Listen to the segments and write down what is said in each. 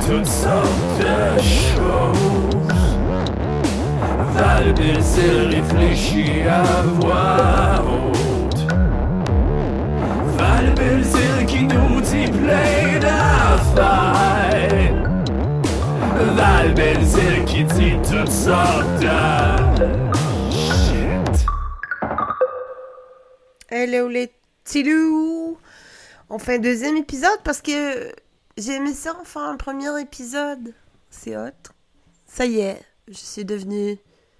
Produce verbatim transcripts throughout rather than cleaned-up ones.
toutes sortes de choses. Val Belzile réfléchit à voix haute. Val Belzile qui nous dit plein d'affaires. Val Belzile qui dit toutes sortes de shit. Hello les petits loups! On fait un deuxième épisode parce que j'ai aimé ça en faire un premier épisode. C'est hot. Ça y est, je suis devenue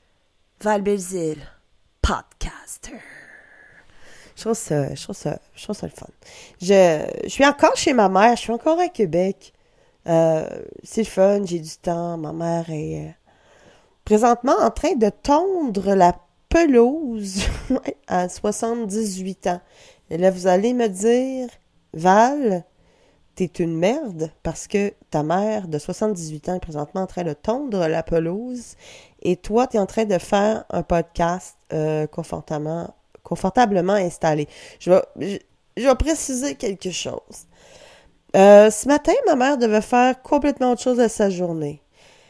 Val Belzile, podcaster. Je trouve ça, je trouve ça, je trouve ça le fun. Je, je suis encore chez ma mère, je suis encore à Québec. Euh, c'est le fun, j'ai du temps. Ma mère est euh, présentement en train de tondre la pelouse à soixante-dix-huit ans. Et là, vous allez me dire, Val, t'es une merde parce que ta mère de soixante-dix-huit ans est présentement en train de tondre la pelouse et toi, t'es en train de faire un podcast euh, confortablement, confortablement installé. Je vais, je, je vais préciser quelque chose. Euh, ce matin, ma mère devait faire complètement autre chose de sa journée.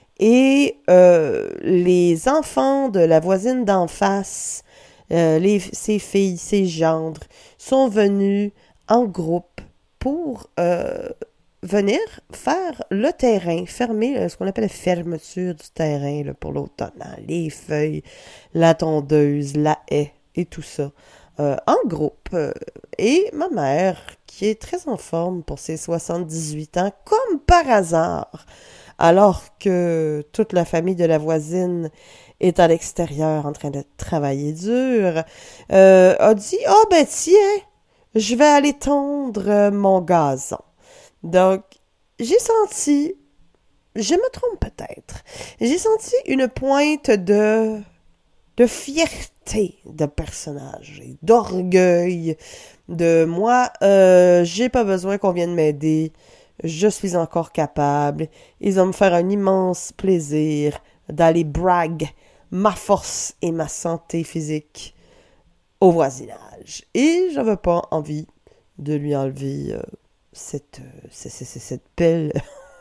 Et euh, les enfants de la voisine d'en face, euh, les, ses filles, ses gendres, sont venus en groupe pour euh, venir faire le terrain, fermer ce qu'on appelle la fermeture du terrain là, pour l'automne. Hein, les feuilles, la tondeuse, la haie et tout ça. Euh, en groupe. Euh, et ma mère, qui est très en forme pour ses soixante-dix-huit ans, comme par hasard, alors que toute la famille de la voisine est à l'extérieur en train de travailler dur, euh, a dit « Ah oh, ben tiens, je vais aller tondre mon gazon. » Donc, j'ai senti, je me trompe peut-être, j'ai senti une pointe de, de fierté de personnage, d'orgueil, de moi, euh, j'ai pas besoin qu'on vienne m'aider. Je suis encore capable. Ils vont me faire un immense plaisir d'aller brag ma force et ma santé physique au voisinage. Et j'avais pas envie de lui enlever euh, cette, euh, cette, cette, cette belle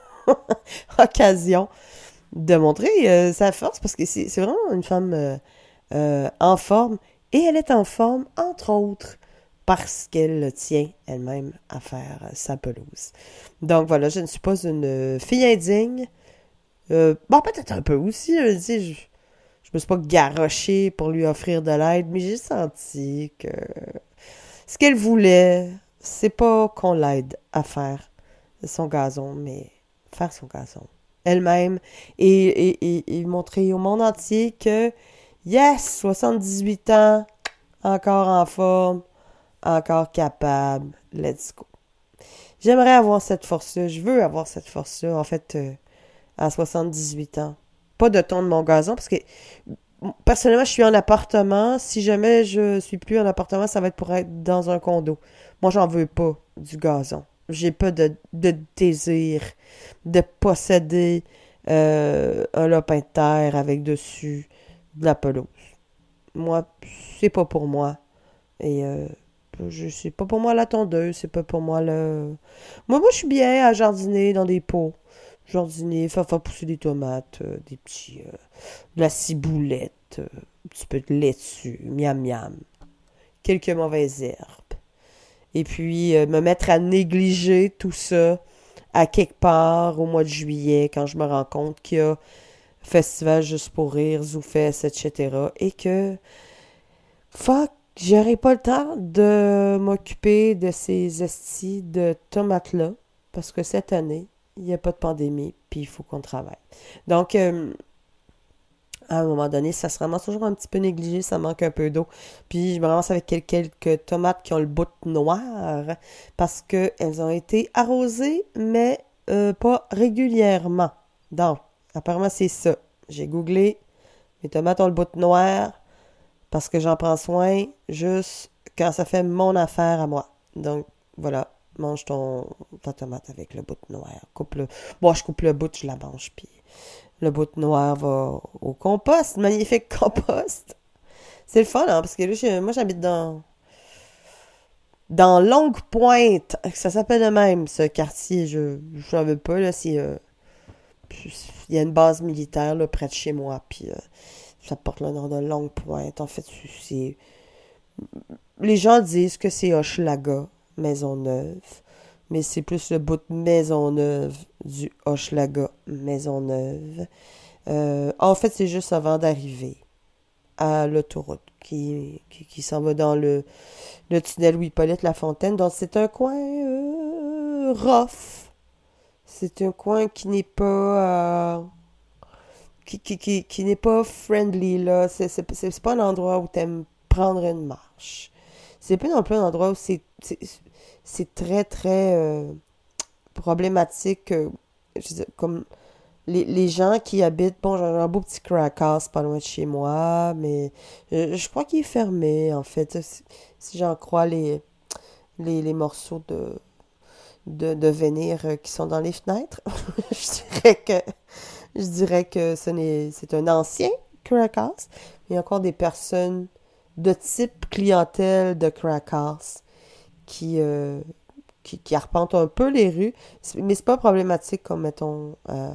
occasion de montrer euh, sa force parce que c'est, c'est vraiment une femme euh, euh, en forme. Et elle est en forme, entre autres, parce qu'elle tient elle-même à faire sa pelouse. Donc voilà, je ne suis pas une fille indigne. Euh, bon, peut-être un peu aussi. Je, dis, je, je me suis pas garochée pour lui offrir de l'aide, mais j'ai senti que ce qu'elle voulait, c'est pas qu'on l'aide à faire son gazon, mais faire son gazon elle-même et, et, et, et montrer au monde entier que, yes, soixante-dix-huit ans, encore en forme, encore capable, let's go. J'aimerais avoir cette force-là, je veux avoir cette force-là, en fait, euh, à soixante-dix-huit ans. Pas de tondre mon gazon, parce que, personnellement, je suis en appartement, si jamais je suis plus en appartement, ça va être pour être dans un condo. Moi, j'en veux pas, du gazon. J'ai pas de, de désir de posséder euh, un lopin de terre avec dessus de la pelouse. Moi, c'est pas pour moi. Et, euh, je c'est pas pour moi la tondeuse, c'est pas pour moi le... Moi, moi, je suis bien à jardiner dans des pots. Jardiner, faire, faire pousser des tomates, euh, des petits... Euh, de la ciboulette, euh, un petit peu de laitue, miam miam. Quelques mauvaises herbes. Et puis, euh, me mettre à négliger tout ça à quelque part au mois de juillet, quand je me rends compte qu'il y a Festival Juste pour rire, ZooFest, et cetera. Et que... Fuck! J'aurais pas le temps de m'occuper de ces estis de tomates-là, parce que cette année, il n'y a pas de pandémie, puis il faut qu'on travaille. Donc, euh, à un moment donné, ça se ramasse toujours un petit peu négligé, ça manque un peu d'eau. Puis je me ramasse avec quelques tomates qui ont le bout noir, parce qu'elles ont été arrosées, mais euh, pas régulièrement. Donc, apparemment, c'est ça. J'ai googlé, mes tomates ont le bout noir, parce que j'en prends soin juste quand ça fait mon affaire à moi. Donc, voilà, mange ton, ta tomate avec le bout noir. Coupe le... Bon, je coupe le bout, je la mange, puis le bout noir va au compost. Magnifique compost. C'est le fun, hein, parce que là, je, moi, j'habite dans... dans Longue Pointe. Ça s'appelle de même, ce quartier. Je ne savais pas, là, si... Euh, puis il y a une base militaire là, près de chez moi, puis euh, ça porte le nom de Longue Pointe. En fait, c'est... Les gens disent que c'est Hochelaga, Maisonneuve, mais c'est plus le bout de Maisonneuve du Hochelaga, Maisonneuve. Euh, en fait, c'est juste avant d'arriver à l'autoroute qui, qui, qui s'en va dans le, le tunnel Louis-Hippolyte Lafontaine. Donc, c'est un coin euh, rough. C'est un coin qui n'est pas... Euh, qui, qui, qui, qui n'est pas friendly, là. C'est, c'est, c'est, c'est pas un endroit où t'aimes prendre une marche. C'est pas non plus un endroit où c'est, c'est, c'est très, très euh, problématique. Euh, je veux dire, comme les, les gens qui habitent... Bon, j'ai un beau petit crack house pas loin de chez moi, mais euh, je crois qu'il est fermé, en fait. Si, si j'en crois les, les, les morceaux de... De, de venir euh, qui sont dans les fenêtres. je dirais que je dirais que ce n'est, c'est un ancien crack house. Il y a encore des personnes de type clientèle de crack house qui, euh, qui, qui arpentent un peu les rues. Mais c'est pas problématique comme, mettons, euh,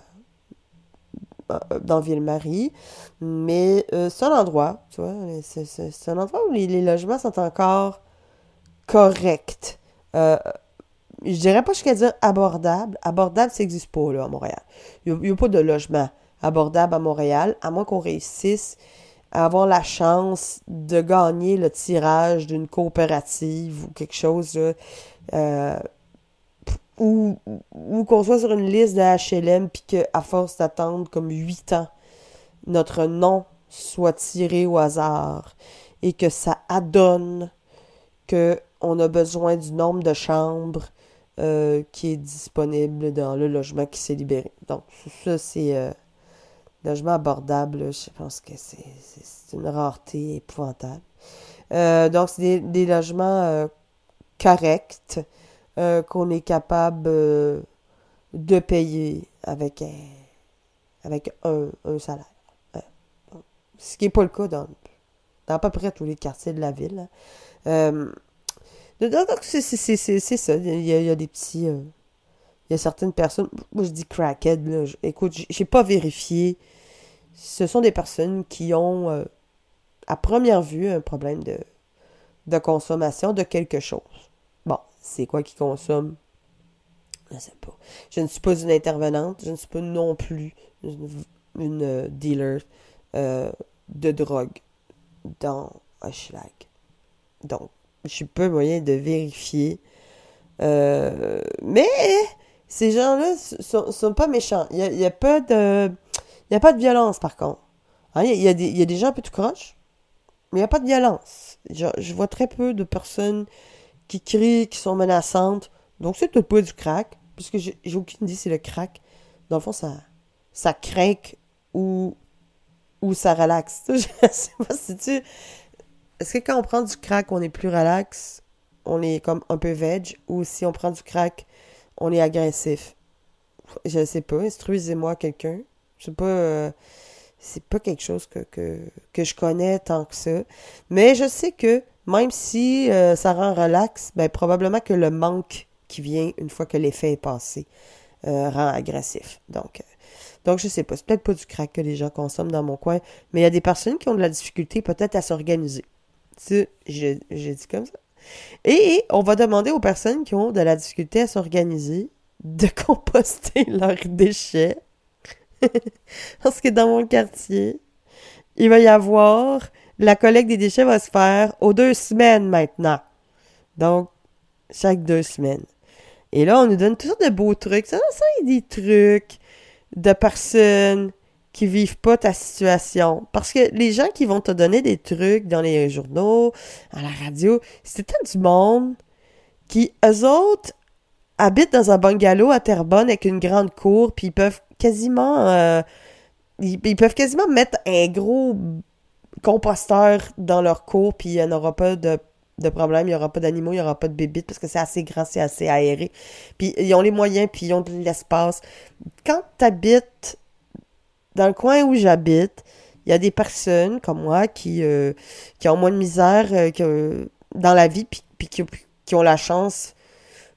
dans Ville-Marie. Mais euh, c'est un endroit, tu vois, c'est, c'est, c'est un endroit où les, les logements sont encore corrects. Euh, Je dirais pas jusqu'à dire abordable. Abordable, ça n'existe pas, là, à Montréal. Il n'y a, a pas de logement abordable à Montréal, à moins qu'on réussisse à avoir la chance de gagner le tirage d'une coopérative ou quelque chose, là, euh, ou, ou qu'on soit sur une liste de H L M, puis qu'à force d'attendre comme huit ans, notre nom soit tiré au hasard, et que ça adonne qu'on a besoin du nombre de chambres Euh, qui est disponible dans le logement qui s'est libéré. Donc, ça, c'est euh, logement abordable. Je pense que c'est, c'est, c'est une rareté épouvantable. Euh, donc, c'est des, des logements euh, corrects euh, qu'on est capable euh, de payer avec un, avec un, un salaire. Euh, donc, ce qui n'est pas le cas dans, dans à peu près tous les quartiers de la ville. Hein. Euh, Donc, c'est, c'est, c'est, c'est ça. Il y, a, il y a des petits... Euh, il y a certaines personnes... Moi, je dis crackhead, là. Je, écoute, j'ai pas vérifié. Ce sont des personnes qui ont, euh, à première vue, un problème de, de consommation de quelque chose. Bon, c'est quoi qu'ils consomment? Je ne sais pas. Je ne suis pas une intervenante. Je ne suis pas non plus une, une euh, dealer euh, de drogue dans Hochelag. Donc, je n'ai pas moyen de vérifier. Euh, mais ces gens-là sont, sont pas méchants. Il n'y a, il y a pas de... Il n'y a pas de violence, par contre. Hein, il, y a, il, y a des, il y a des gens un peu tout croche, mais il n'y a pas de violence. Je, je vois très peu de personnes qui crient, qui sont menaçantes. Donc, c'est peut-être pas du crack, parce que j'ai, j'ai aucune idée si c'est le crack. Dans le fond, ça, ça craque ou, ou ça relaxe. Je sais pas si tu... Est-ce que quand on prend du crack, on est plus relax, on est comme un peu veg, ou si on prend du crack, on est agressif? Je ne sais pas, instruisez-moi quelqu'un. Je sais pas, euh, c'est pas quelque chose que, que, que je connais tant que ça. Mais je sais que même si euh, ça rend relax, ben probablement que le manque qui vient une fois que l'effet est passé euh, rend agressif. Donc, euh, donc je sais pas, c'est peut-être pas du crack que les gens consomment dans mon coin, mais il y a des personnes qui ont de la difficulté peut-être à s'organiser. Tu, je, je dis comme ça. Et on va demander aux personnes qui ont de la difficulté à s'organiser de composter leurs déchets. Parce que dans mon quartier, il va y avoir... La collecte des déchets va se faire aux deux semaines maintenant. Donc, chaque deux semaines. Et là, on nous donne toutes sortes de beaux trucs. Ça, ça, il y a des trucs de personnes qui vivent pas ta situation. Parce que les gens qui vont te donner des trucs dans les journaux, à la radio, c'est tout du monde qui, eux autres, habitent dans un bungalow à Terrebonne avec une grande cour, puis ils peuvent quasiment... Euh, ils, ils peuvent quasiment mettre un gros composteur dans leur cour, puis il n'y en aura pas de, de problème, il n'y aura pas d'animaux, il n'y aura pas de bébites, parce que c'est assez grand, c'est assez aéré. Puis ils ont les moyens, puis ils ont de l'espace. Quand tu habites dans le coin où j'habite, il y a des personnes comme moi qui, euh, qui ont moins de misère euh, que, dans la vie, puis, puis qui, qui ont la chance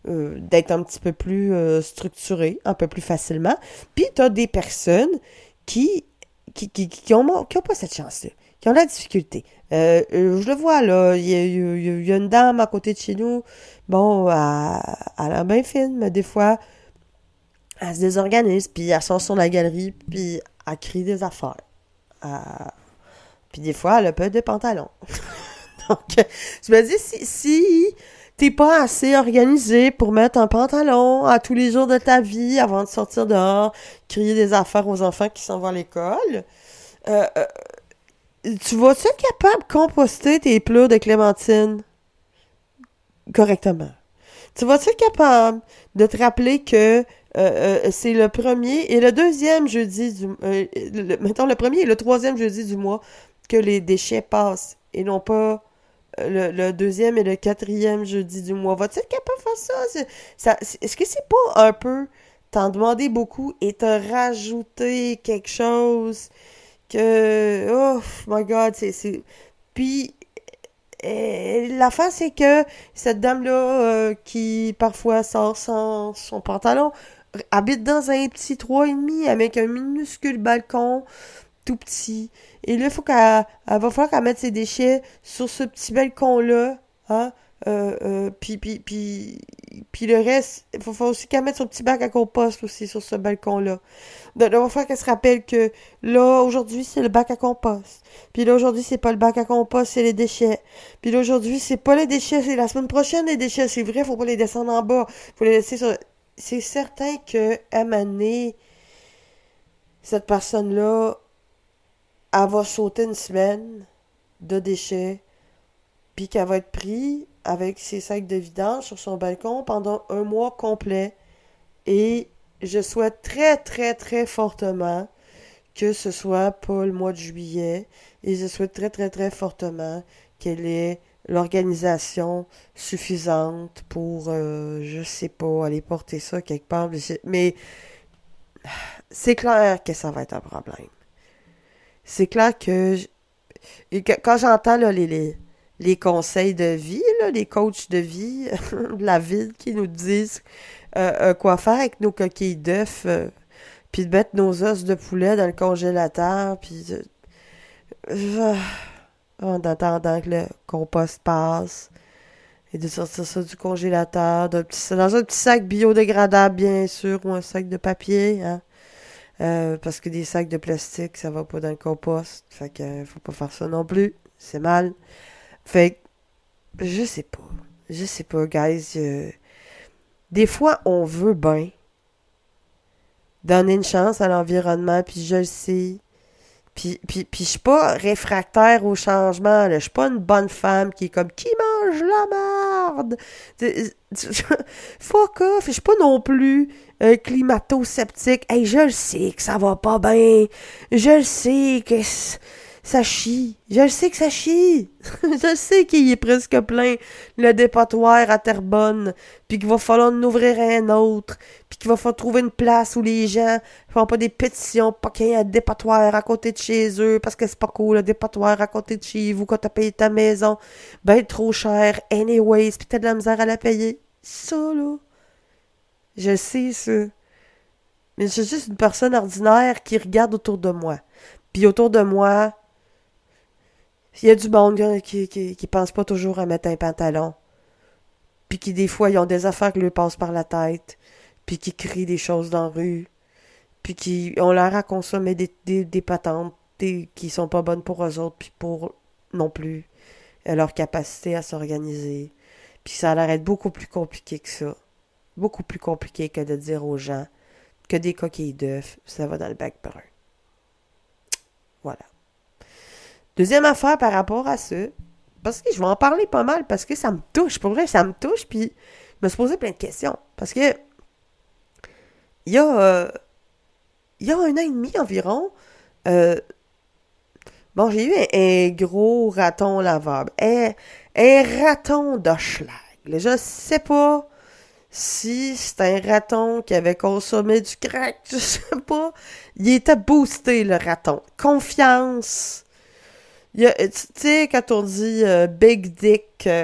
euh, d'être un petit peu plus euh, structuré, un peu plus facilement. Puis t'as des personnes qui qui, qui, qui, ont, qui ont pas cette chance-là, qui ont la difficulté. Euh, euh, je le vois, là, il y a, il y a- il y a une dame à côté de chez nous, bon, elle, elle a bien fine, mais des fois, elle se désorganise, puis elle sort sur la galerie, puis elle crie des affaires. Elle- Puis des fois, elle a pas de pantalon. Donc, euh, je me dis, si, si t'es pas assez organisé pour mettre un pantalon à tous les jours de ta vie avant de sortir dehors, crier des affaires aux enfants qui s'en vont à l'école, euh, euh, tu vas-tu être capable de composter tes plats de clémentine correctement? Tu vas-tu être capable de te rappeler que euh, euh, c'est le premier et le deuxième jeudi du... euh, le- mettons, le premier et le troisième jeudi du mois que les déchets passent et non pas le, le deuxième et le quatrième jeudi du mois. Vas-tu être capable de faire ça? C'est- ça c'est- est-ce que c'est pas un peu t'en demander beaucoup et te rajouter quelque chose que... Oh my God, c'est... c'est... Puis, euh, l'affaire, c'est que cette dame-là, euh, qui parfois sort sans son pantalon, r- habite dans un petit trois et demi avec un minuscule balcon tout petit. Et là, il faut qu'elle elle va falloir qu'elle mette ses déchets sur ce petit balcon-là. Hein? Euh, euh, puis, puis, puis, puis le reste, il faut, faut aussi qu'elle mette son petit bac à compost aussi sur ce balcon-là. Donc, là, il va falloir qu'elle se rappelle que là, aujourd'hui, c'est le bac à compost. Puis là, aujourd'hui, c'est pas le bac à compost, c'est les déchets. Puis là, aujourd'hui, c'est pas les déchets, c'est la semaine prochaine, les déchets. C'est vrai, faut pas les descendre en bas. Faut les laisser sur... C'est certain que, à un moment donné, cette personne-là, elle va sauter une semaine de déchets, puis qu'elle va être prise avec ses sacs de vidange sur son balcon pendant un mois complet. Et je souhaite très, très, très fortement que ce soit pas le mois de juillet. Et je souhaite très, très, très fortement qu'elle ait l'organisation suffisante pour, euh, je sais pas, aller porter ça quelque part. Mais c'est clair que ça va être un problème. C'est clair que, j- et que quand j'entends là, les, les, les conseils de vie, là, les coachs de vie de la ville qui nous disent euh, euh, quoi faire avec nos coquilles d'œufs, euh, puis de mettre nos os de poulet dans le congélateur, puis de- euh, en attendant que le compost passe, et de sortir ça du congélateur, d'un petit, dans un petit sac biodégradable, bien sûr, ou un sac de papier, hein. Euh, parce que des sacs de plastique, ça va pas dans le compost. Fait que euh, faut pas faire ça non plus. C'est mal. Fait que, je sais pas. Je sais pas, guys. euh, des fois, on veut bien donner une chance à l'environnement, puis je le sais. Puis, puis, puis je suis pas réfractaire au changement, là. Je suis pas une bonne femme qui est comme qui mange la merde. Tu- tu- Fuck off. Je suis pas non plus euh, climato-sceptique. Hey, je le sais que ça va pas bien. Je le sais que c- ça chie. Je le sais que ça chie. Je le sais qu'il est presque plein le dépotoir à Terrebonne. Puis qu'il va falloir en ouvrir un autre. Puis qu'il va falloir trouver une place où les gens font pas des pétitions pour qu'il y ait un dépotoir à côté de chez eux, parce que c'est pas cool, le dépotoir à côté de chez vous quand t'as payé ta maison. Ben trop cher, anyways, pis t'as de la misère à la payer. Ça, là, je sais ça. Mais je suis juste une personne ordinaire qui regarde autour de moi. Puis autour de moi, il y a du monde hein, qui, qui, qui pense pas toujours à mettre un pantalon. Puis qui, des fois, ils ont des affaires qui leur passent par la tête. Puis qui crient des choses dans la rue. Puis qui ont l'air à consommer des, des, des patentes des, qui sont pas bonnes pour eux autres, puis pour non plus euh, leur capacité à s'organiser. Puis ça a l'air d'être beaucoup plus compliqué que ça. Beaucoup plus compliqué que de dire aux gens que des coquilles d'œufs, ça va dans le bac brun. Voilà. Deuxième affaire par rapport à ça, parce que je vais en parler pas mal, parce que ça me touche, pour vrai, ça me touche, puis je me suis posé plein de questions. Parce que il y a... euh, il y a un an et demi environ, euh, bon, j'ai eu un, un gros raton lavable. Un, un raton d'Hochelag. Là, je sais pas si c'est un raton qui avait consommé du crack, je sais pas. Il était boosté, le raton. Confiance. Il y a- Tu sais, quand on dit euh, Big Dick, euh,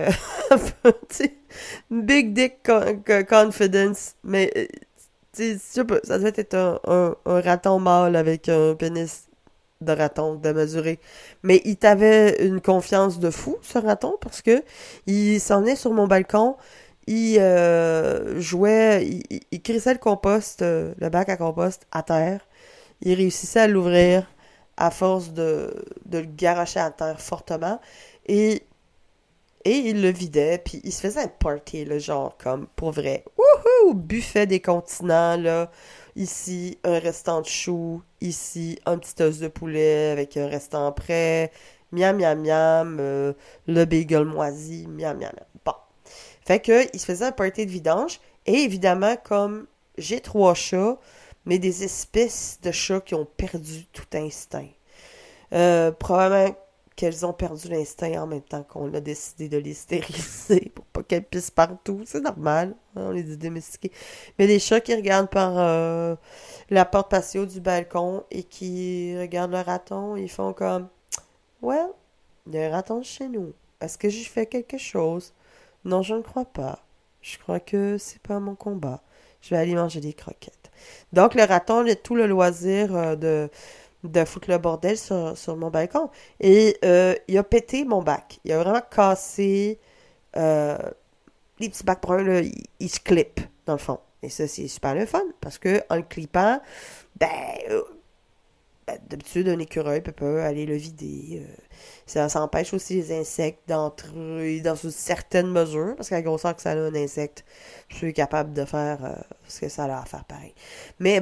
Tu sais, big dick con- con- confidence, mais euh, tu sais, je sais pas, ça devait être un, un, un raton mâle avec un pénis de raton de mesurer. Mais il t'avait une confiance de fou, ce raton, parce que il s'en venait sur mon balcon, il euh, jouait, il, il, il crissait le compost, euh, le bac à compost à terre. Il réussissait à l'ouvrir à force de, de le garocher à terre fortement. Et, et il le vidait, puis il se faisait un party, là, genre, comme, pour vrai. Wouhou! Buffet des continents, là. Ici, un restant de choux. Ici, un petit os de poulet avec un restant prêt. Miam, miam, miam. euh, le bagel moisi. Miam, miam, miam. Bon. Fait que, il se faisait un party de vidange. Et évidemment, comme j'ai trois chats, mais des espèces de chats qui ont perdu tout instinct. Euh, probablement qu'elles ont perdu l'instinct en même temps qu'on a décidé de les stériliser pour pas qu'elles pissent partout. C'est normal, hein, on les a domestiqués. Mais les chats qui regardent par euh, la porte patio du balcon et qui regardent le raton, ils font comme well, il y a un raton chez nous. Est-ce que j'ai fait quelque chose? Non, je ne crois pas. Je crois que c'est pas mon combat. Je vais aller manger des croquettes. Donc, le raton a tout le loisir euh, de, de foutre le bordel sur, sur mon balcon. Et euh, il a pété mon bac. Il a vraiment cassé euh, les petits bacs bruns, là, ils, ils se clippent, dans le fond. Et ça, c'est super le fun, parce que en le clippant, ben, euh, ben, d'habitude, un écureuil peut pas aller le vider. euh, ça, ça empêche aussi les insectes d'entrer dans une certaine mesure, parce qu'à la grosseur que ça a un insecte, je suis capable de faire euh, ce que ça a à faire pareil. Mais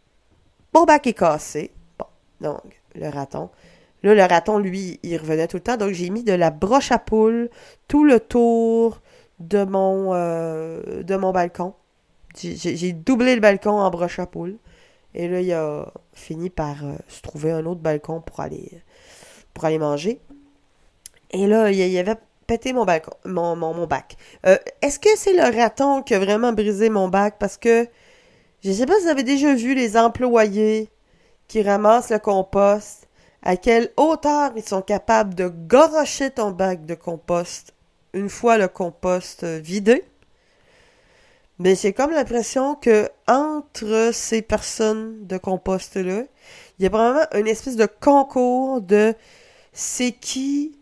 mon bac est cassé. Bon, donc, le raton. Là, le raton, lui, il revenait tout le temps, donc j'ai mis de la broche à poule tout le tour de mon, euh, de mon balcon. J'ai, j'ai j'ai doublé le balcon en broche à poule. Et là, il a fini par euh, se trouver un autre balcon pour aller, pour aller manger. Et là, il, il avait pété mon balcon, mon, mon, mon bac. Euh, est-ce que c'est le raton qui a vraiment brisé mon bac? Parce que je sais pas si vous avez déjà vu les employés qui ramassent le compost, à quelle hauteur ils sont capables de gorocher ton bac de compost une fois le compost euh, vidé. Mais j'ai comme l'impression que entre ces personnes de compost-là, il y a probablement une espèce de concours de c'est qui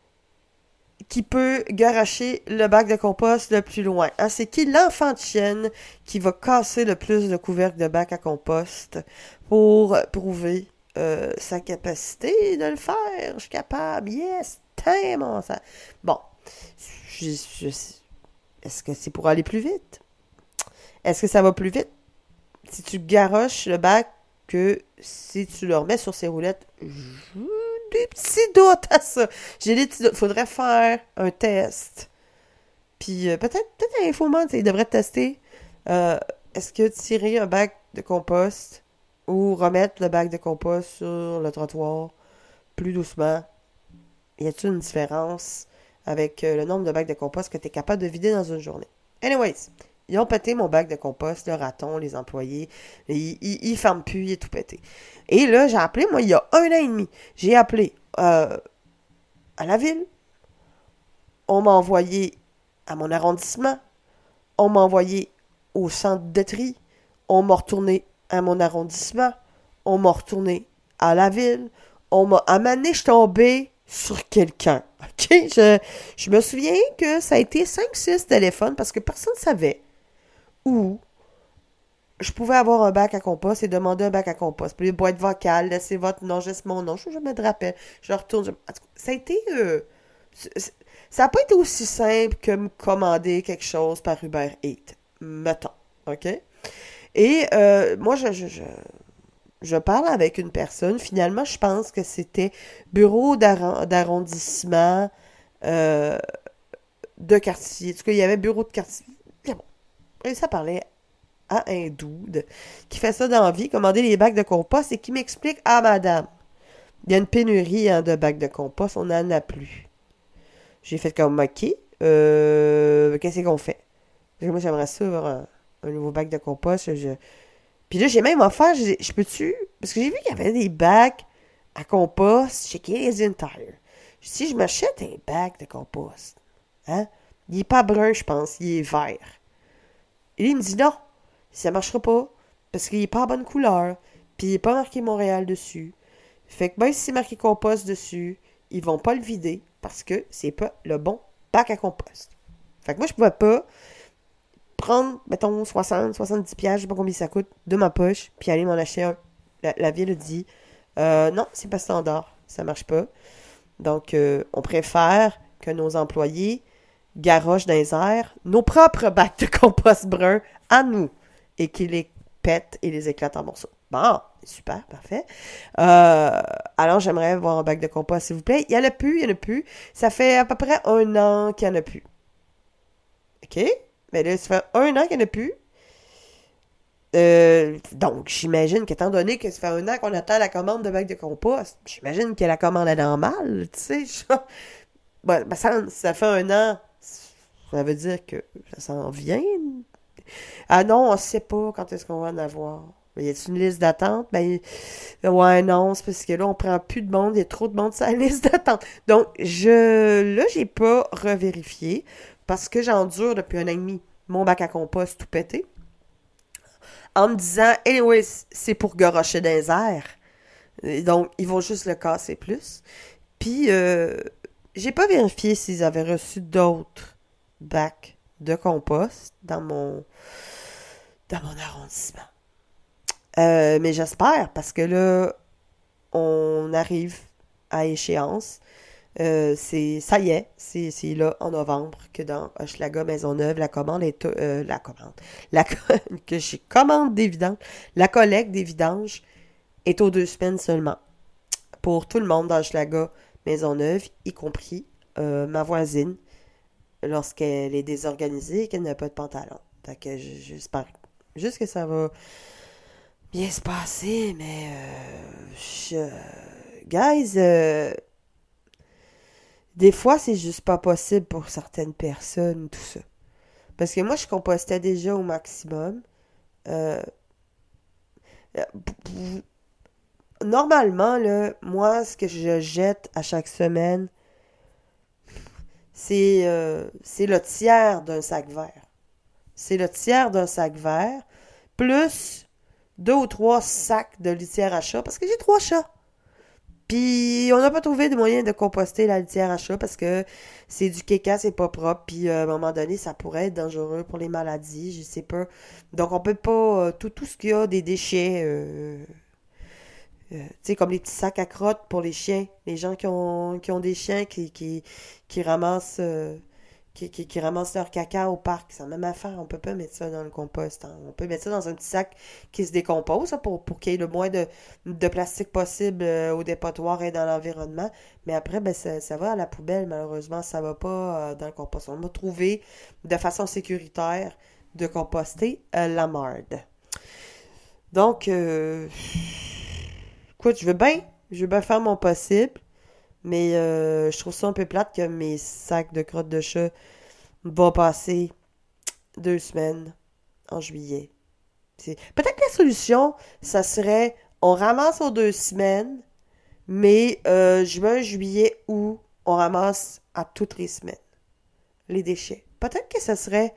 qui peut garocher le bac de compost le plus loin. Hein? C'est qui l'enfant de chienne qui va casser le plus de couvercles de bac à compost pour prouver euh, sa capacité de le faire. Je suis capable. Yes! Tellement ça. Bon. Je, je, est-ce que c'est pour aller plus vite? Est-ce que ça va plus vite si tu garoches le bac que si tu le remets sur ses roulettes? J'ai des petits doutes à ça. J'ai des petits doutes. Faudrait faire un test. Puis euh, peut-être peut-être un infoman, il devrait tester. Euh, est-ce que tirer un bac de compost ou remettre le bac de compost sur le trottoir plus doucement, y a-t-il une différence avec euh, le nombre de bacs de compost que tu es capable de vider dans une journée? Anyways, ils ont pété mon bac de compost, le raton, les employés. Ils, ils, ils ferment plus, il est tout pété. Et là, j'ai appelé, moi, il y a un an et demi, j'ai appelé euh, à la ville. On m'a envoyé à mon arrondissement. On m'a envoyé au centre de tri. On m'a retourné à mon arrondissement. On m'a retourné à la ville. On m'a amené, je suis tombée sur quelqu'un. OK? Je, je me souviens que ça a été cinq six téléphones parce que personne ne savait où je pouvais avoir un bac à compost et demander un bac à compost. Puis les boîtes vocales, laissez votre nom, juste mon nom, je ne me rappelle. Je retourne. Je... Ça a été. Euh, ça n'a pas été aussi simple que me commander quelque chose par Uber Eats. Mettons. OK? Et euh, moi, je, je, je, je parle avec une personne. Finalement, je pense que c'était bureau d'arron- d'arrondissement euh, de quartier. En tout cas, il y avait bureau de quartier. C'est bon. Et ça parlait à un dude qui fait ça dans la vie, commander les bacs de compost et qui m'explique « Ah, madame, il y a une pénurie hein, de bacs de compost, on n'en a plus. » J'ai fait comme « Ok, euh, qu'est-ce qu'on fait? » Moi, j'aimerais ça avoir un, un nouveau bac de compost. Je... Puis là, j'ai même offert, je, je peux-tu... Parce que j'ai vu qu'il y avait des bacs à compost chez Canadian Tire. Si je m'achète un bac de compost, hein, Il est pas brun, je pense, il est vert. Et il me dit non, ça marchera pas, parce qu'il est pas en bonne couleur, puis il est pas marqué Montréal dessus. Fait que même si c'est marqué compost dessus, ils vont pas le vider, parce que c'est pas le bon bac à compost. Fait que moi, je pouvais pas prendre, mettons, soixante, soixante-dix piastres, je sais pas combien ça coûte, de ma poche, puis aller m'en acheter un. La, la ville a dit, euh, non, c'est pas standard, ça marche pas. Donc, euh, on préfère que nos employés garochent dans les airs nos propres bacs de compost brun à nous et qu'ils les pètent et les éclatent en morceaux. Bon, super, parfait. Euh, alors, j'aimerais voir un bac de compost, s'il vous plaît. Il y en a plus, il y en a plus. Ça fait à peu près un an qu'il y en a plus. OK? Mais là, ça fait un an qu'il n'y en a plus. Euh, donc, j'imagine qu'étant donné que ça fait un an qu'on attend la commande de bac de compost, j'imagine que la commande est normale, tu sais. Genre. Bon, ben, ça, ça fait un an, ça veut dire que ça s'en vient. Ah non, on sait pas quand est-ce qu'on va en avoir. Y a-t-il une liste d'attente? Ben, ouais, non, c'est parce que là, on prend plus de monde, il y a trop de monde sur la liste d'attente. Donc, je, là, j'ai pas revérifié parce que j'endure depuis un an et demi mon bac à compost tout pété. En me disant, anyway, c'est pour garocher dans les airs. Et donc, ils vont juste le casser plus. Puis, euh, j'ai pas vérifié s'ils avaient reçu d'autres bacs de compost dans mon, dans mon arrondissement. Euh, mais j'espère, parce que là, on arrive à échéance. Euh, c'est, ça y est, c'est, c'est là, en novembre, que dans Hochelaga Maisonneuve, la commande est... Euh, la commande. La, que j'ai commande des vidanges. La collecte des vidanges est aux deux semaines seulement. Pour tout le monde dans Hochelaga Maisonneuve, y compris euh, ma voisine, lorsqu'elle est désorganisée et qu'elle n'a pas de pantalon. Fait que j'espère juste que ça va bien se passer, mais... Euh, je... Guys... Euh, Des fois, c'est juste pas possible pour certaines personnes, tout ça. Parce que moi, je compostais déjà au maximum. Euh, normalement, là, moi, ce que je jette à chaque semaine, c'est, euh, c'est le tiers d'un sac vert. C'est le tiers d'un sac vert, plus deux ou trois sacs de litière à chat, parce que j'ai trois chats. Puis, on n'a pas trouvé de moyen de composter la litière à chat parce que c'est du caca, c'est pas propre. Puis, à un moment donné, ça pourrait être dangereux pour les maladies, je sais pas. Donc, on peut pas... Euh, tout, tout ce qu'il y a des déchets, euh, euh, tu sais, comme les petits sacs à crottes pour les chiens. Les gens qui ont, qui ont des chiens qui, qui, qui ramassent... Euh, qui, qui, qui ramassent leur caca au parc. C'est la même affaire. On peut pas mettre ça dans le compost. Hein. On peut mettre ça dans un petit sac qui se décompose hein, pour, pour qu'il y ait le moins de, de plastique possible euh, au dépotoir et dans l'environnement. Mais après, ben, ça, ça va à la poubelle. Malheureusement, ça va pas euh, dans le compost. On va trouver de façon sécuritaire de composter euh, la marde. Donc, euh, écoute, je veux bien. Je veux bien faire mon possible. Mais euh, je trouve ça un peu plate que mes sacs de crottes de chat vont passer deux semaines en juillet. C'est... Peut-être que la solution, ça serait on ramasse aux deux semaines, mais euh, juin, juillet, août, on ramasse à toutes les semaines les déchets. Peut-être que ça serait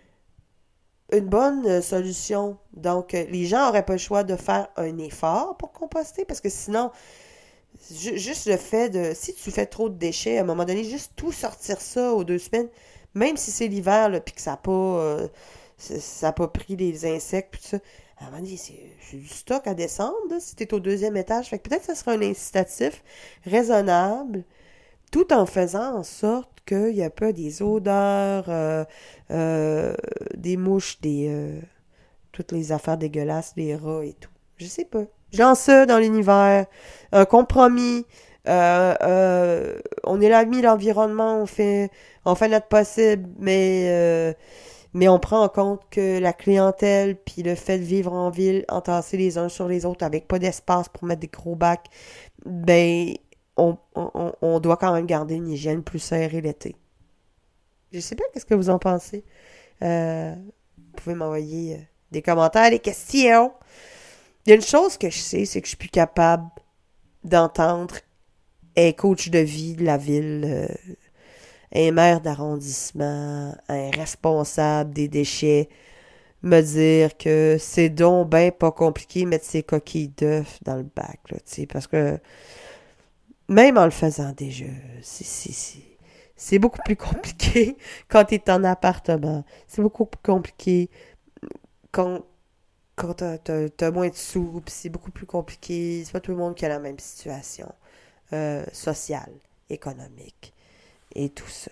une bonne solution. Donc, les gens n'auraient pas le choix de faire un effort pour composter, parce que sinon... Juste le fait de... Si tu fais trop de déchets, à un moment donné, juste tout sortir ça aux deux semaines, même si c'est l'hiver, là, puis que ça n'a pas, euh, ça a pas pris les insectes, puis tout ça, à un moment donné, c'est, c'est du stock à descendre, là, si t'es au deuxième étage. Fait que peut-être que ça sera un incitatif raisonnable, tout en faisant en sorte qu'il n'y a pas des odeurs, euh, euh, des mouches, des... Euh, toutes les affaires dégueulasses, des rats et tout. Je sais pas. Je lance ça dans l'univers. Un compromis. Euh, euh, on est l'ami de l'environnement. On fait, on fait notre possible. Mais, euh, mais on prend en compte que la clientèle puis le fait de vivre en ville, entassés les uns sur les autres avec pas d'espace pour mettre des gros bacs, ben, on, on, on doit quand même garder une hygiène plus serrée l'été. Je sais pas qu'est-ce que vous en pensez. Euh, vous pouvez m'envoyer des commentaires, des questions. Il y a une chose que je sais, c'est que je suis plus capable d'entendre un coach de vie de la ville. Euh, un maire d'arrondissement, un responsable des déchets, me dire que c'est donc ben pas compliqué mettre ses coquilles d'œufs dans le bac, là, tu sais, parce que même en le faisant déjà, c'est, c'est, c'est, c'est beaucoup plus compliqué quand t'es en appartement. C'est beaucoup plus compliqué quand, quand t'as, t'as, t'as moins de sous, pis c'est beaucoup plus compliqué. C'est pas tout le monde qui a la même situation euh, sociale, économique et tout ça.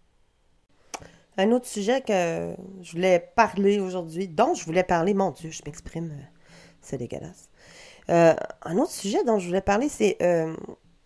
Un autre sujet que je voulais parler aujourd'hui, dont je voulais parler, mon Dieu, je m'exprime, euh, c'est dégueulasse. Euh, un autre sujet dont je voulais parler, c'est... Euh,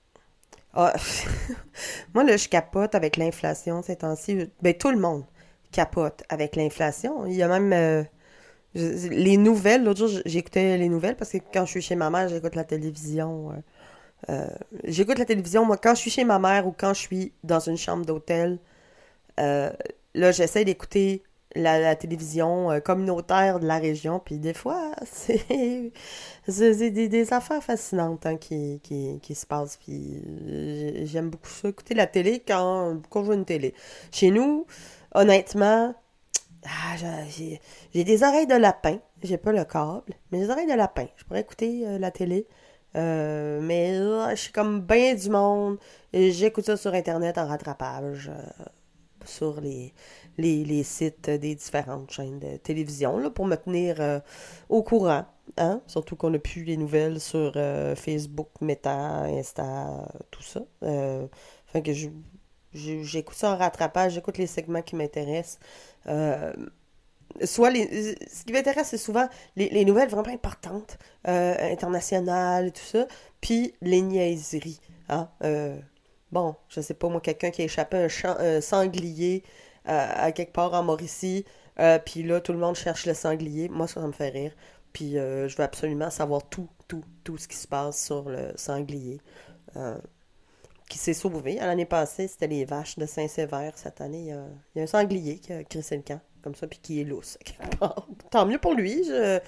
ah, moi, là, je capote avec l'inflation ces temps-ci. Ben, tout le monde capote avec l'inflation. Il y a même euh, je- les nouvelles. L'autre jour, j'écoutais les nouvelles parce que quand je suis chez ma mère, j'écoute la télévision. euh, euh, j'écoute la télévision, moi, quand je suis chez ma mère ou quand je suis dans une chambre d'hôtel. Euh, Là, j'essaie d'écouter la, la télévision euh, communautaire de la région, puis des fois, c'est c'est c'est des, des affaires fascinantes hein, qui, qui, qui se passent, puis euh, j'aime beaucoup ça, écouter la télé quand, quand je vois une télé. Chez nous, honnêtement, ah, j'ai j'ai- j'ai des oreilles de lapin, j'ai pas le câble, mais des oreilles de lapin. Je pourrais écouter euh, la télé, euh, mais là, je suis comme bien du monde, et j'écoute ça sur Internet en rattrapage. euh, sur les, les, les sites des différentes chaînes de télévision là, pour me tenir euh, au courant. Hein? Surtout qu'on n'a plus les nouvelles sur euh, Facebook, Meta, Insta, tout ça. Euh, fait que je- je- j'écoute ça en rattrapage, j'écoute les segments qui m'intéressent. Euh, soit les, ce qui m'intéresse, c'est souvent les, les nouvelles vraiment importantes, euh, internationales et tout ça, puis les niaiseries. Hein? Euh, bon, je sais pas, moi, quelqu'un qui a échappé un, chan- un sanglier euh, à quelque part en Mauricie, euh, puis là, tout le monde cherche le sanglier. Moi, ça, ça me fait rire. Puis euh, je veux absolument savoir tout, tout, tout ce qui se passe sur le sanglier euh, qui s'est sauvé. L'année passée, c'était les vaches de Saint-Sévère. Cette année, il y a, il y a un sanglier qui a crissé le camp, comme ça, puis qui est lousse. quelque part. Tant mieux pour lui. je-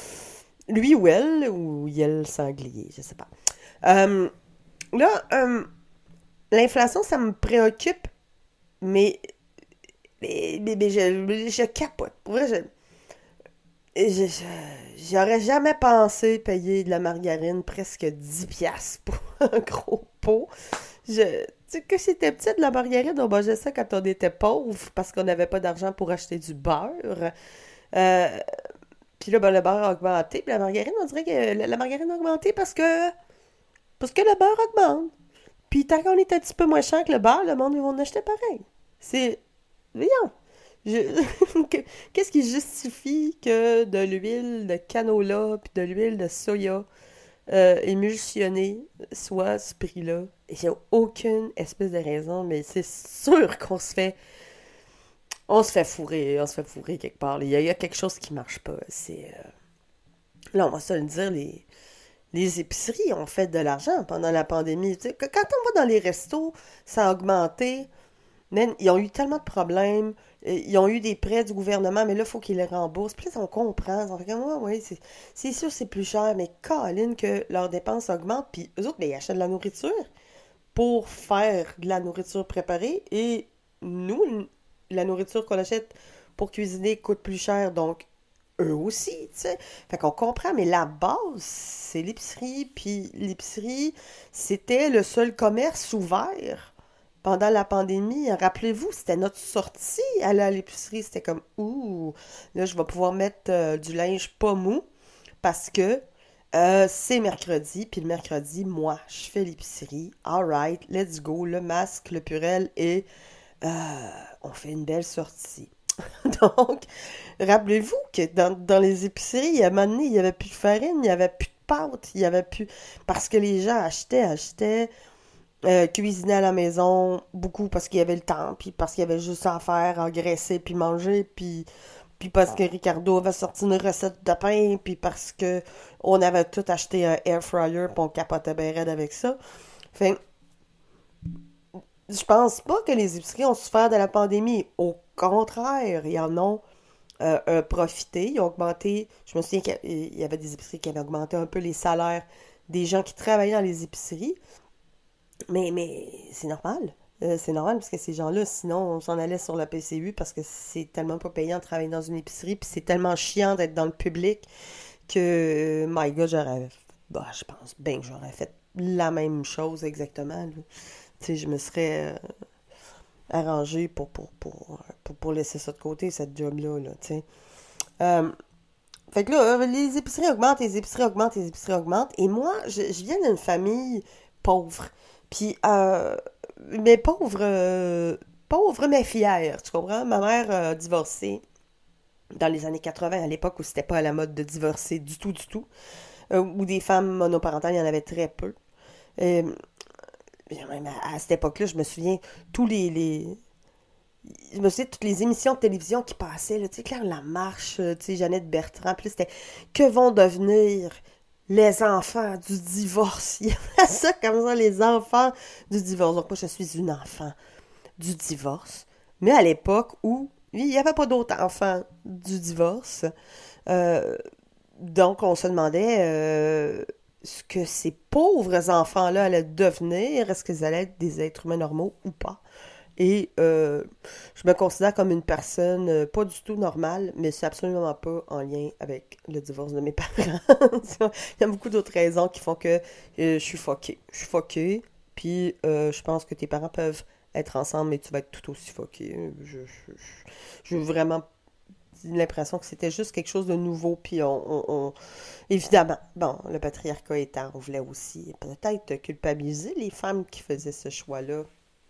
Lui ou elle, ou il le sanglier, je sais pas. Euh, là, euh, l'inflation, ça me préoccupe, mais, mais, mais- mais je, je capote. Pour vrai, je, je- je- j'aurais jamais pensé payer de la margarine presque dix piastres pour un gros pot. Je, tu sais, que c'était petit de la margarine, on mangeait ça quand on était pauvre parce qu'on n'avait pas d'argent pour acheter du beurre. Euh, Puis là, ben, le beurre a augmenté. Puis la margarine, on dirait que la, la margarine a augmenté parce que, parce que le beurre augmente. Puis tant qu'on est un petit peu moins cher que le beurre, le monde, ils vont en acheter pareil. C'est... Voyons. Je- que- Qu'est-ce qui justifie que de l'huile de canola puis de l'huile de soya euh, émulsionnée soit à ce prix-là? Il n'y a aucune espèce de raison, mais c'est sûr qu'on se fait... On se fait fourrer, on se fait fourrer quelque part. Il y a, il y a quelque chose qui marche pas. C'est... euh, Là, on va se le dire, les... Les épiceries ont fait de l'argent pendant la pandémie. Tu sais, que- quand on va dans les restos, ça a augmenté. Man, ils ont eu tellement de problèmes. Euh, Ils ont eu des prêts du gouvernement, mais là, il faut qu'ils les remboursent. Puis là, on comprend. On fait comme, ouais, ouais, c'est c'est sûr, c'est plus cher, mais Colin, que leurs dépenses augmentent. Puis eux autres, ben, ils achètent de la nourriture pour faire de la nourriture préparée. Et nous, n- la nourriture qu'on achète pour cuisiner coûte plus cher. Donc, eux aussi, tu sais. Fait qu'on comprend, mais la base, c'est l'épicerie. Puis l'épicerie, c'était le seul commerce ouvert pendant la pandémie. Rappelez-vous, c'était notre sortie aller à l'épicerie. C'était comme, ouh, là, je vais pouvoir mettre euh, du linge pas mou parce que euh, c'est mercredi. Puis le mercredi, moi, je fais l'épicerie. Alright, let's go. Le masque, le purel et euh, on fait une belle sortie. Donc, rappelez-vous que dans, dans les épiceries, à un moment donné, il n'y avait plus de farine, il n'y avait plus de pâtes, il n'y avait plus... Parce que les gens achetaient, achetaient, euh, cuisinaient à la maison, beaucoup parce qu'il y avait le temps, puis parce qu'il y avait juste ça à faire, engraisser, puis manger, puis, puis parce que Ricardo avait sorti une recette de pain, puis parce que on avait tout acheté un air fryer, puis on capotait bien raide avec ça. Fait je pense pas que les épiceries ont souffert de la pandémie. Au contraire, ils en ont euh, euh, profité. Ils ont augmenté. Je me souviens qu'il y avait des épiceries qui avaient augmenté un peu les salaires des gens qui travaillaient dans les épiceries. Mais, mais c'est normal. Euh, c'est normal parce que ces gens-là, sinon, on s'en allait sur la P C U parce que c'est tellement pas payant de travailler dans une épicerie, puis c'est tellement chiant d'être dans le public que, my God, j'aurais, bah, je pense bien que j'aurais fait la même chose exactement, là. Tu sais, je me serais euh, arrangé pour, pour, pour, pour, pour laisser ça de côté, cette job-là, là, tu sais. Euh, fait que là, euh, les épiceries augmentent, les épiceries augmentent, les épiceries augmentent. Et moi, je, je viens d'une famille pauvre. Puis, euh, mais pauvre, euh, pauvre mais fière, tu comprends? Ma mère a divorcé dans les années quatre-vingts, à l'époque où c'était pas à la mode de divorcer du tout, du tout. Euh, où des femmes monoparentales, il y en avait très peu. Euh, même à, à cette époque-là, je me souviens, tous les, les, je me souviens de toutes les émissions de télévision qui passaient, là, tu sais, Claire Lamarche, euh, tu sais, Jeannette Bertrand, puis là, c'était que vont devenir les enfants du divorce. Il y avait ça comme ça, les enfants du divorce. Donc moi, je suis une enfant du divorce, mais à l'époque où il n'y avait pas d'autres enfants du divorce, euh, donc on se demandait euh, ce que ces pauvres enfants-là allaient devenir, est-ce qu'ils allaient être des êtres humains normaux ou pas. Et euh, je me considère comme une personne euh, pas du tout normale, mais c'est absolument pas en lien avec le divorce de mes parents. Il y a beaucoup d'autres raisons qui font que euh, je suis fuckée. Je suis fuckée, puis euh, je pense que tes parents peuvent être ensemble, mais tu vas être tout aussi fuckée. Je, je, je, j'ai vraiment l'impression que c'était juste quelque chose de nouveau, puis on, on, on- évidemment, bon, le patriarcat étant, on voulait aussi peut-être culpabiliser les femmes qui faisaient ce choix-là.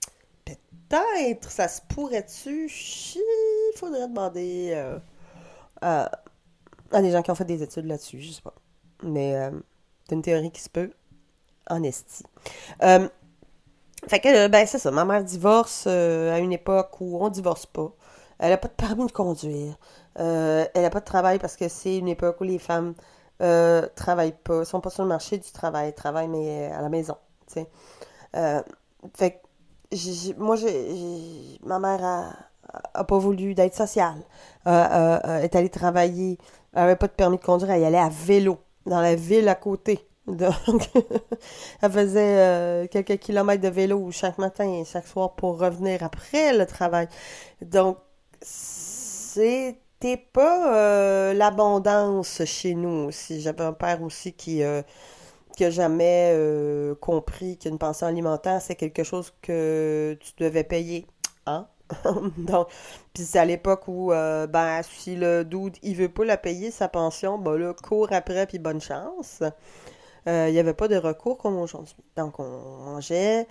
Peut-être, ça se pourrait-tu? Il faudrait demander euh, à, à des gens qui ont fait des études là-dessus, je sais pas. Mais euh, c'est une théorie qui se peut en esti. Euh, fait que, euh, ben, c'est ça. Ma mère divorce euh, à une époque où on divorce pas. Elle a pas de permis de conduire. Euh, elle a pas de travail parce que c'est une époque où les femmes euh, travaillent pas, sont pas sur le marché du travail, travaillent mais à la maison, tu sais. Euh, fait que j'ai- j'ai- moi, j'ai, j'ai- ma mère a, a pas voulu d'être sociale. Euh, euh, euh, est allée travailler. Elle avait pas de permis de conduire. Elle y allait à vélo dans la ville à côté. Donc, elle faisait euh, quelques kilomètres de vélo chaque matin et chaque soir pour revenir après le travail. Donc, c'était pas euh, l'abondance chez nous aussi. J'avais un père aussi qui, euh, qui a jamais euh, compris qu'une pension alimentaire, c'est quelque chose que tu devais payer. Hein? Donc, puis c'est à l'époque où, euh, ben, si le dude, il veut pas la payer, sa pension, ben là, cours après, puis bonne chance. Euh, Il n'y avait pas de recours comme aujourd'hui. Donc, on mangeait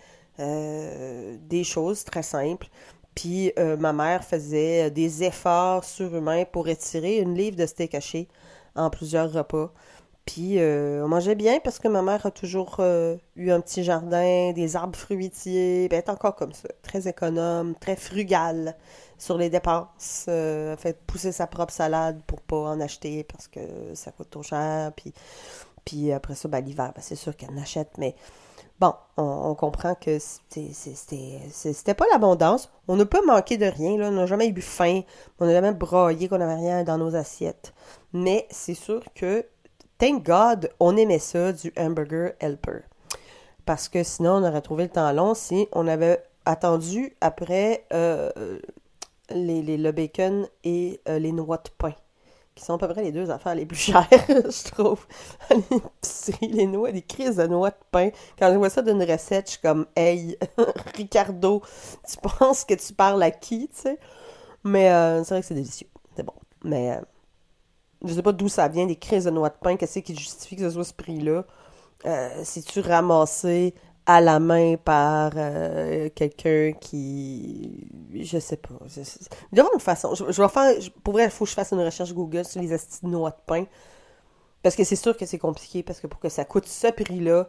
euh, des choses très simples. Puis, euh, ma mère faisait des efforts surhumains pour étirer une livre de steak haché en plusieurs repas. Puis euh, on mangeait bien parce que ma mère a toujours euh, eu un petit jardin, des arbres fruitiers. Ben, elle est encore comme ça. Très économe, très frugale sur les dépenses. Euh, elle fait pousser sa propre salade pour pas en acheter parce que ça coûte trop cher. Puis, puis après ça, ben, l'hiver, ben, c'est sûr qu'elle en achète. Mais bon, on, on comprend que c'était c'était- c'était pas l'abondance. On n'a pas manqué de rien, là. On n'a jamais eu faim. On n'a jamais broyé qu'on n'avait rien dans nos assiettes. Mais c'est sûr que thank God, on aimait ça, du hamburger helper. Parce que sinon, on aurait trouvé le temps long si on avait attendu après euh, les, les- le bacon et euh, les noix de pain, qui sont à peu près les deux affaires les plus chères, je trouve. À l'épicerie, les noix, les crises de noix de pain. Quand je vois ça d'une recette, je suis comme, hey, Ricardo, tu penses que tu parles à qui, tu sais? Mais euh, c'est vrai que c'est délicieux. C'est bon. Mais euh, je sais pas d'où ça vient, des crises de noix de pain. Qu'est-ce qui justifie que ce soit ce prix-là? Euh, C'est-tu ramassé à la main par euh, quelqu'un qui... Je sais pas. Je- je- Il y aura une façon. Je, je vais faire... je- Pour vrai, il faut que je fasse une recherche Google sur les astis de noix de pain. Parce que c'est sûr que c'est compliqué. Parce que pour que ça coûte ce prix-là,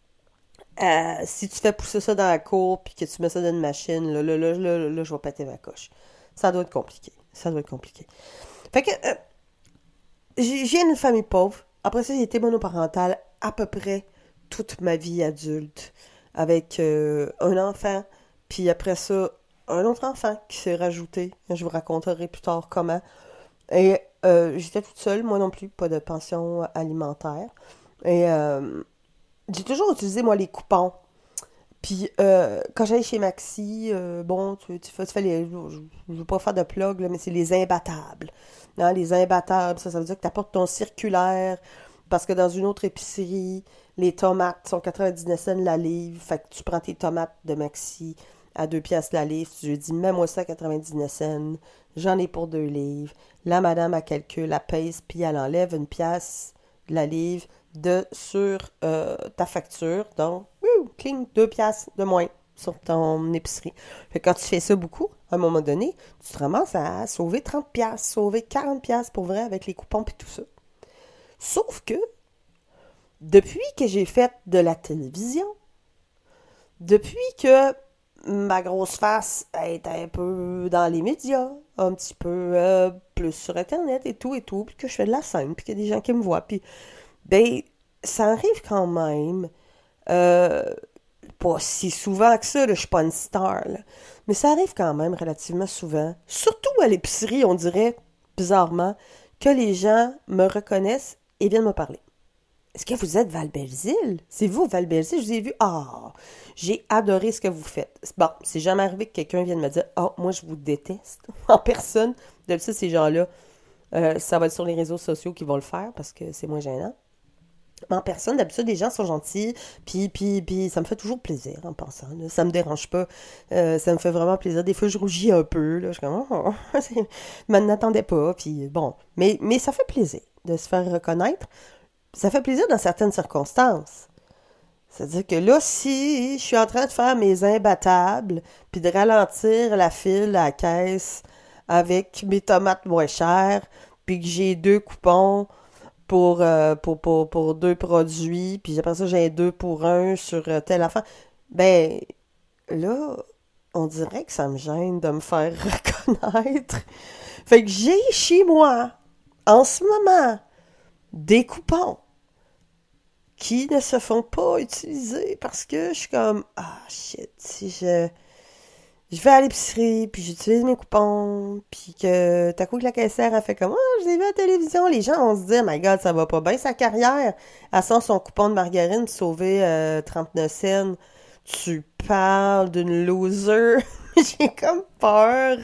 euh, si tu fais pousser ça dans la cour puis que tu mets ça dans une machine, là, là, là, là, là, là, je vais péter ma coche. Ça doit être compliqué. Ça doit être compliqué. Fait que... euh, j'ai j'ai une famille pauvre. Après ça, j'ai été monoparentale à peu près toute ma vie adulte. Avec euh, un enfant, puis après ça, un autre enfant qui s'est rajouté. Je vous raconterai plus tard comment. Et euh, j'étais toute seule, moi non plus, pas de pension alimentaire. Et euh, j'ai toujours utilisé, moi, les coupons. Puis euh, quand j'allais chez Maxi, euh, bon, tu, tu, fais, tu fais les... Je, je veux pas faire de plug, là, mais c'est les imbattables. Hein, les imbattables, ça, ça veut dire que tu apportes ton circulaire, parce que dans une autre épicerie, les tomates sont quatre-vingt-dix-neuf cents la livre. Fait que tu prends tes tomates de Maxi à deux piastres la livre. Tu lui dis, mets-moi ça à quatre-vingt-dix-neuf cents. J'en ai pour deux livres. La madame, elle calcule, elle pèse, puis elle enlève une pièce de la livre de sur euh, ta facture. Donc, wouh, cling, deux piastres de moins sur ton épicerie. Fait que quand tu fais ça beaucoup, à un moment donné, tu te ramasses à sauver trente piastres, sauver quarante piastres pour vrai avec les coupons et tout ça. Sauf que, depuis que j'ai fait de la télévision, depuis que ma grosse face est un peu dans les médias, un petit peu euh, plus sur Internet et tout et tout, puis que je fais de la scène, puis qu'il y a des gens qui me voient, puis ben, ça arrive quand même, euh, pas si souvent que ça, là, je suis pas une star, là, mais ça arrive quand même relativement souvent, surtout à l'épicerie, on dirait, bizarrement, que les gens me reconnaissent et viennent me parler. Est-ce que vous êtes Val-Belzile? C'est vous, Val-Belzile? Je vous ai vu. Ah, j'ai adoré ce que vous faites. Bon, c'est jamais arrivé que quelqu'un vienne me dire « Ah, oh, moi, je vous déteste. » En personne. D'habitude, ces gens-là, euh, ça va être sur les réseaux sociaux qu'ils vont le faire parce que c'est moins gênant. Mais en personne, d'habitude, les gens sont gentils, puis, puis, puis ça me fait toujours plaisir en pensant. Là. Ça me dérange pas. Euh, ça me fait vraiment plaisir. Des fois, je rougis un peu. Là. Je suis comme, oh, je m'attendais pas. Puis bon, mais, mais ça fait plaisir de se faire reconnaître. Ça fait plaisir dans certaines circonstances. C'est-à-dire que là, si je suis en train de faire mes imbattables, puis de ralentir la file à la caisse avec mes tomates moins chères, puis que j'ai deux coupons pour, euh, pour, pour, pour deux produits, puis après ça, j'ai un deux pour un sur euh, telle affaire, ben là, on dirait que ça me gêne de me faire reconnaître. Fait que j'ai chez moi, en ce moment, des coupons qui ne se font pas utiliser parce que je suis comme ah shit, si je je vais à l'épicerie puis j'utilise mes coupons puis que t'as coup que la caissière a fait comme ah je l'ai vu à la télévision, les gens vont se dire my god ça va pas bien sa carrière, elle sent son coupon de margarine sauver euh, trente-neuf cents, tu parles d'une loser. J'ai comme peur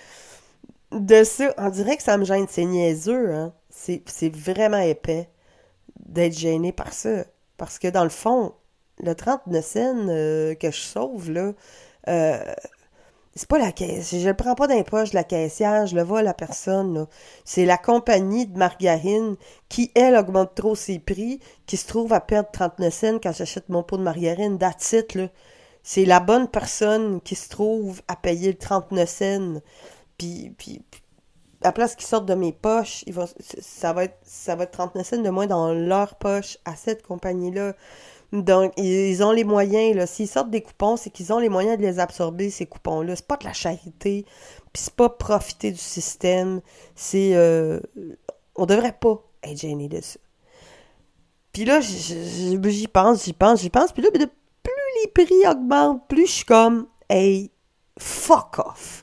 de ça, on dirait que ça me gêne, c'est niaiseux hein, c'est, c'est vraiment épais d'être gêné par ça. Parce que dans le fond, le trente-neuf cents euh, que je sauve, là, euh, c'est pas la caisse. Je le prends pas dans les poches de la caissière, je le vois à la personne, là. C'est la compagnie de margarine qui, elle, augmente trop ses prix, qui se trouve à perdre trente-neuf cents quand j'achète mon pot de margarine. That's it, là. C'est la bonne personne qui se trouve à payer le trente-neuf cents. Puis, puis, puis à la place qu'ils sortent de mes poches, ils vont, ça, va être, ça va être trente-neuf cents de moins dans leur poche à cette compagnie-là. Donc, ils ont les moyens, là. S'ils sortent des coupons, c'est qu'ils ont les moyens de les absorber, ces coupons-là. C'est pas de la charité, puis c'est pas profiter du système. C'est... Euh, on devrait pas être gêné de ça. Puis là, j'y pense, j'y pense, j'y pense. Puis là, plus les prix augmentent, plus je suis comme, hey, fuck off.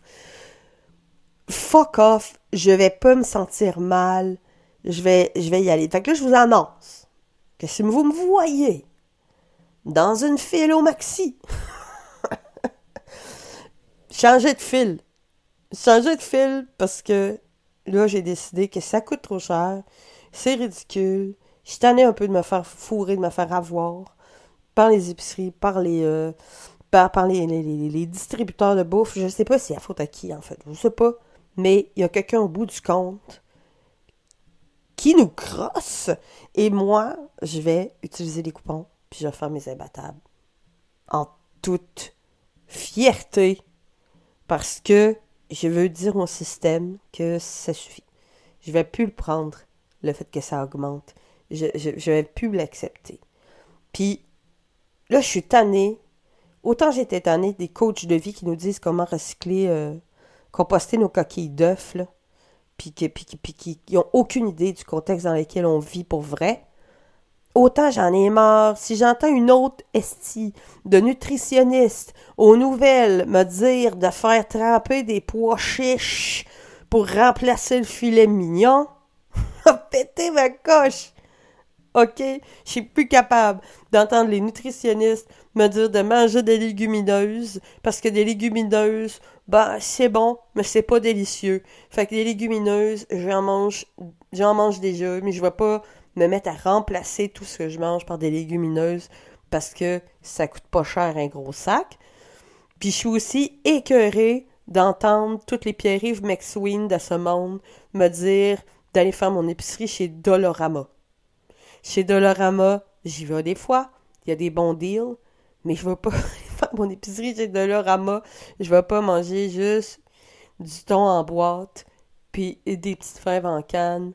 Fuck off, je vais pas me sentir mal, je vais, je vais y aller. Fait que là, je vous annonce que si vous me voyez dans une file au Maxi, changez de file. Changez de file parce que là, j'ai décidé que ça coûte trop cher, c'est ridicule, je suis tannée un peu de me faire fourrer, de me faire avoir par les épiceries, par les... Euh, par, par les, les, les, les distributeurs de bouffe. Je sais pas si c'est la faute à qui, en fait, je sais pas. Mais il y a quelqu'un au bout du compte qui nous crosse. Et moi, je vais utiliser les coupons, puis je vais faire mes imbattables. En toute fierté. Parce que je veux dire au système que ça suffit. Je vais plus le prendre, le fait que ça augmente. Je, je, je vais plus l'accepter. Puis, là, je suis tannée. Autant j'étais tannée des coachs de vie qui nous disent comment recycler... Euh, composter nos coquilles d'œufs, là, puis qui n'ont aucune idée du contexte dans lequel on vit pour vrai. Autant j'en ai marre. Si j'entends une autre estie de nutritionniste aux nouvelles me dire de faire tremper des pois chiches pour remplacer le filet mignon, péter ma coche. OK? Je suis plus capable d'entendre les nutritionnistes me dire de manger des légumineuses, parce que des légumineuses, ben, c'est bon, mais c'est pas délicieux. Fait que les légumineuses, j'en mange, j'en mange déjà, mais je vais pas me mettre à remplacer tout ce que je mange par des légumineuses, parce que ça coûte pas cher un gros sac. Puis je suis aussi écœurée d'entendre toutes les Pierre-Yves McSween de ce monde me dire d'aller faire mon épicerie chez Dollarama. Chez Dollarama, j'y vais des fois, il y a des bons deals, mais je vais pas faire mon épicerie chez Dollarama. Je vais pas manger juste du thon en boîte, puis des petites fèves en canne,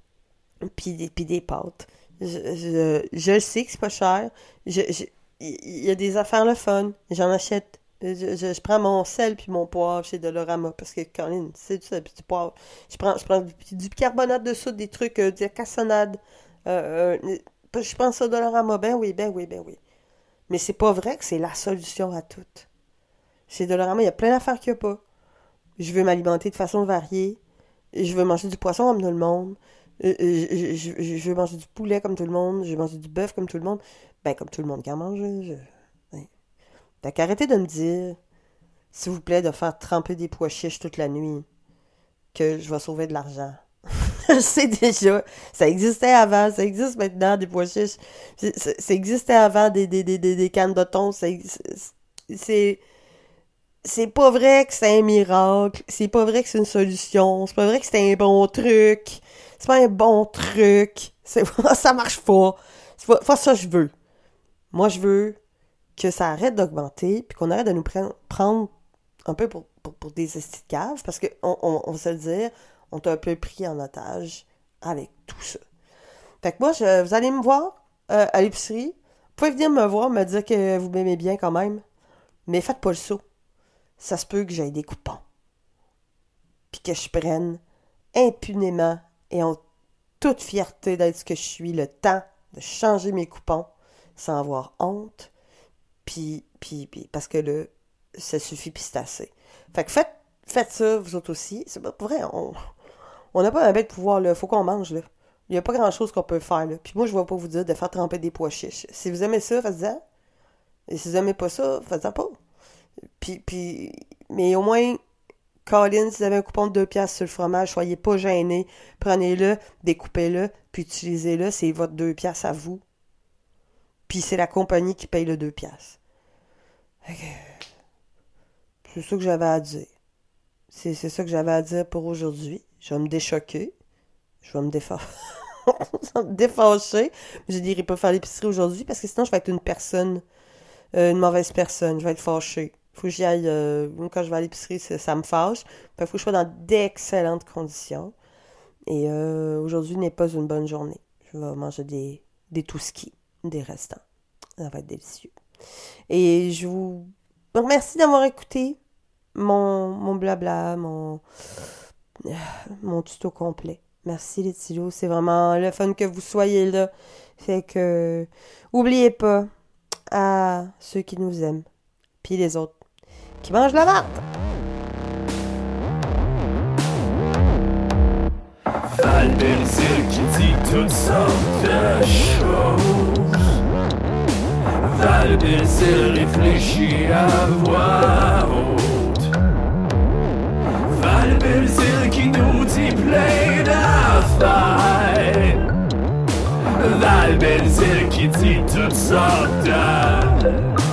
puis des, puis des pâtes. Je, je, je sais que c'est pas cher. Je, je, il y a des affaires le fun. J'en achète. Je, je, je prends mon sel puis mon poivre chez Dollarama parce que Colin, c'est du sel puis du poivre. Je prends, je prends du, du bicarbonate de soude, des trucs, euh, des cassonades. Euh, euh, je prends ça au Dollarama. Ben oui, ben oui, ben oui. Mais c'est pas vrai que c'est la solution à tout. Chez Dollarama, il y a plein d'affaires qu'il n'y a pas. Je veux m'alimenter de façon variée. Je veux manger du poisson comme tout le monde. Je, je, je, je veux manger du poulet comme tout le monde. Je veux manger du bœuf comme tout le monde. Ben, comme tout le monde qui en mange. Je... Ouais. Fait qu'arrêtez de me dire, s'il vous plaît, de faire tremper des pois chiches toute la nuit, que je vais sauver de l'argent. Je sais déjà. Ça existait avant. Ça existe maintenant, des pois chiches. Ça, ça existait avant, des, des, des, des cannes de thon. Ça, c'est... C'est pas vrai que c'est un miracle. C'est pas vrai que c'est une solution. C'est pas vrai que c'est un bon truc. C'est pas un bon truc. C'est... ça marche pas. C'est pas... pas ça que je veux. Moi, je veux que ça arrête d'augmenter, puis qu'on arrête de nous pre- prendre un peu pour, pour, pour des estis de cave, parce qu'on on, on va se le dire, on t'a un peu pris en otage avec tout ça. Fait que moi, je, vous allez me voir euh, à l'épicerie. Vous pouvez venir me voir, me dire que vous m'aimez bien quand même, mais faites pas le saut. Ça se peut que j'aille des coupons. Puis que je prenne impunément et en toute fierté d'être ce que je suis, le temps de changer mes coupons sans avoir honte. Puis, puis, puis parce que là, ça suffit puis c'est assez. Fait que faites, faites ça, vous autres aussi. C'est pas vrai, on on n'a pas un bête pouvoir, là. Faut qu'on mange, là. Il n'y a pas grand-chose qu'on peut faire, là. Puis moi, je ne vais pas vous dire de faire tremper des pois chiches. Si vous aimez ça, faites-en. Et si vous n'aimez pas ça, faites-en pas. Puis, puis, mais au moins, Colin, si vous avez un coupon de deux piastres sur le fromage, soyez pas gênés. Prenez-le, découpez-le, puis utilisez-le. C'est votre deux piastres à vous. Puis c'est la compagnie qui paye le deux piastres. C'est ça que j'avais à dire. C'est, c'est ça que j'avais à dire pour aujourd'hui. Je vais me déchoquer. Je vais me défa... me défâcher. Je dirais pas faire l'épicerie aujourd'hui parce que sinon je vais être une personne, euh, une mauvaise personne. Je vais être fâchée. Faut que j'y aille. Euh, quand je vais à l'épicerie, ça, ça me fâche. Il faut que je sois dans d'excellentes conditions. Et euh, aujourd'hui n'est pas une bonne journée. Je vais manger des, des touskis, des restants. Ça va être délicieux. Et je vous remercie d'avoir écouté mon, mon blabla, mon, mon tuto complet. Merci les petits loups. C'est vraiment le fun que vous soyez là. Fait que, oubliez pas à ceux qui nous aiment. Puis les autres qui mangent la marde. Val Belzile qui dit toutes sortes de choses. Val Belzile réfléchit à voix haute. Val Belzile qui nous dit plein d'affaires. Val Belzile qui dit toutes sortes de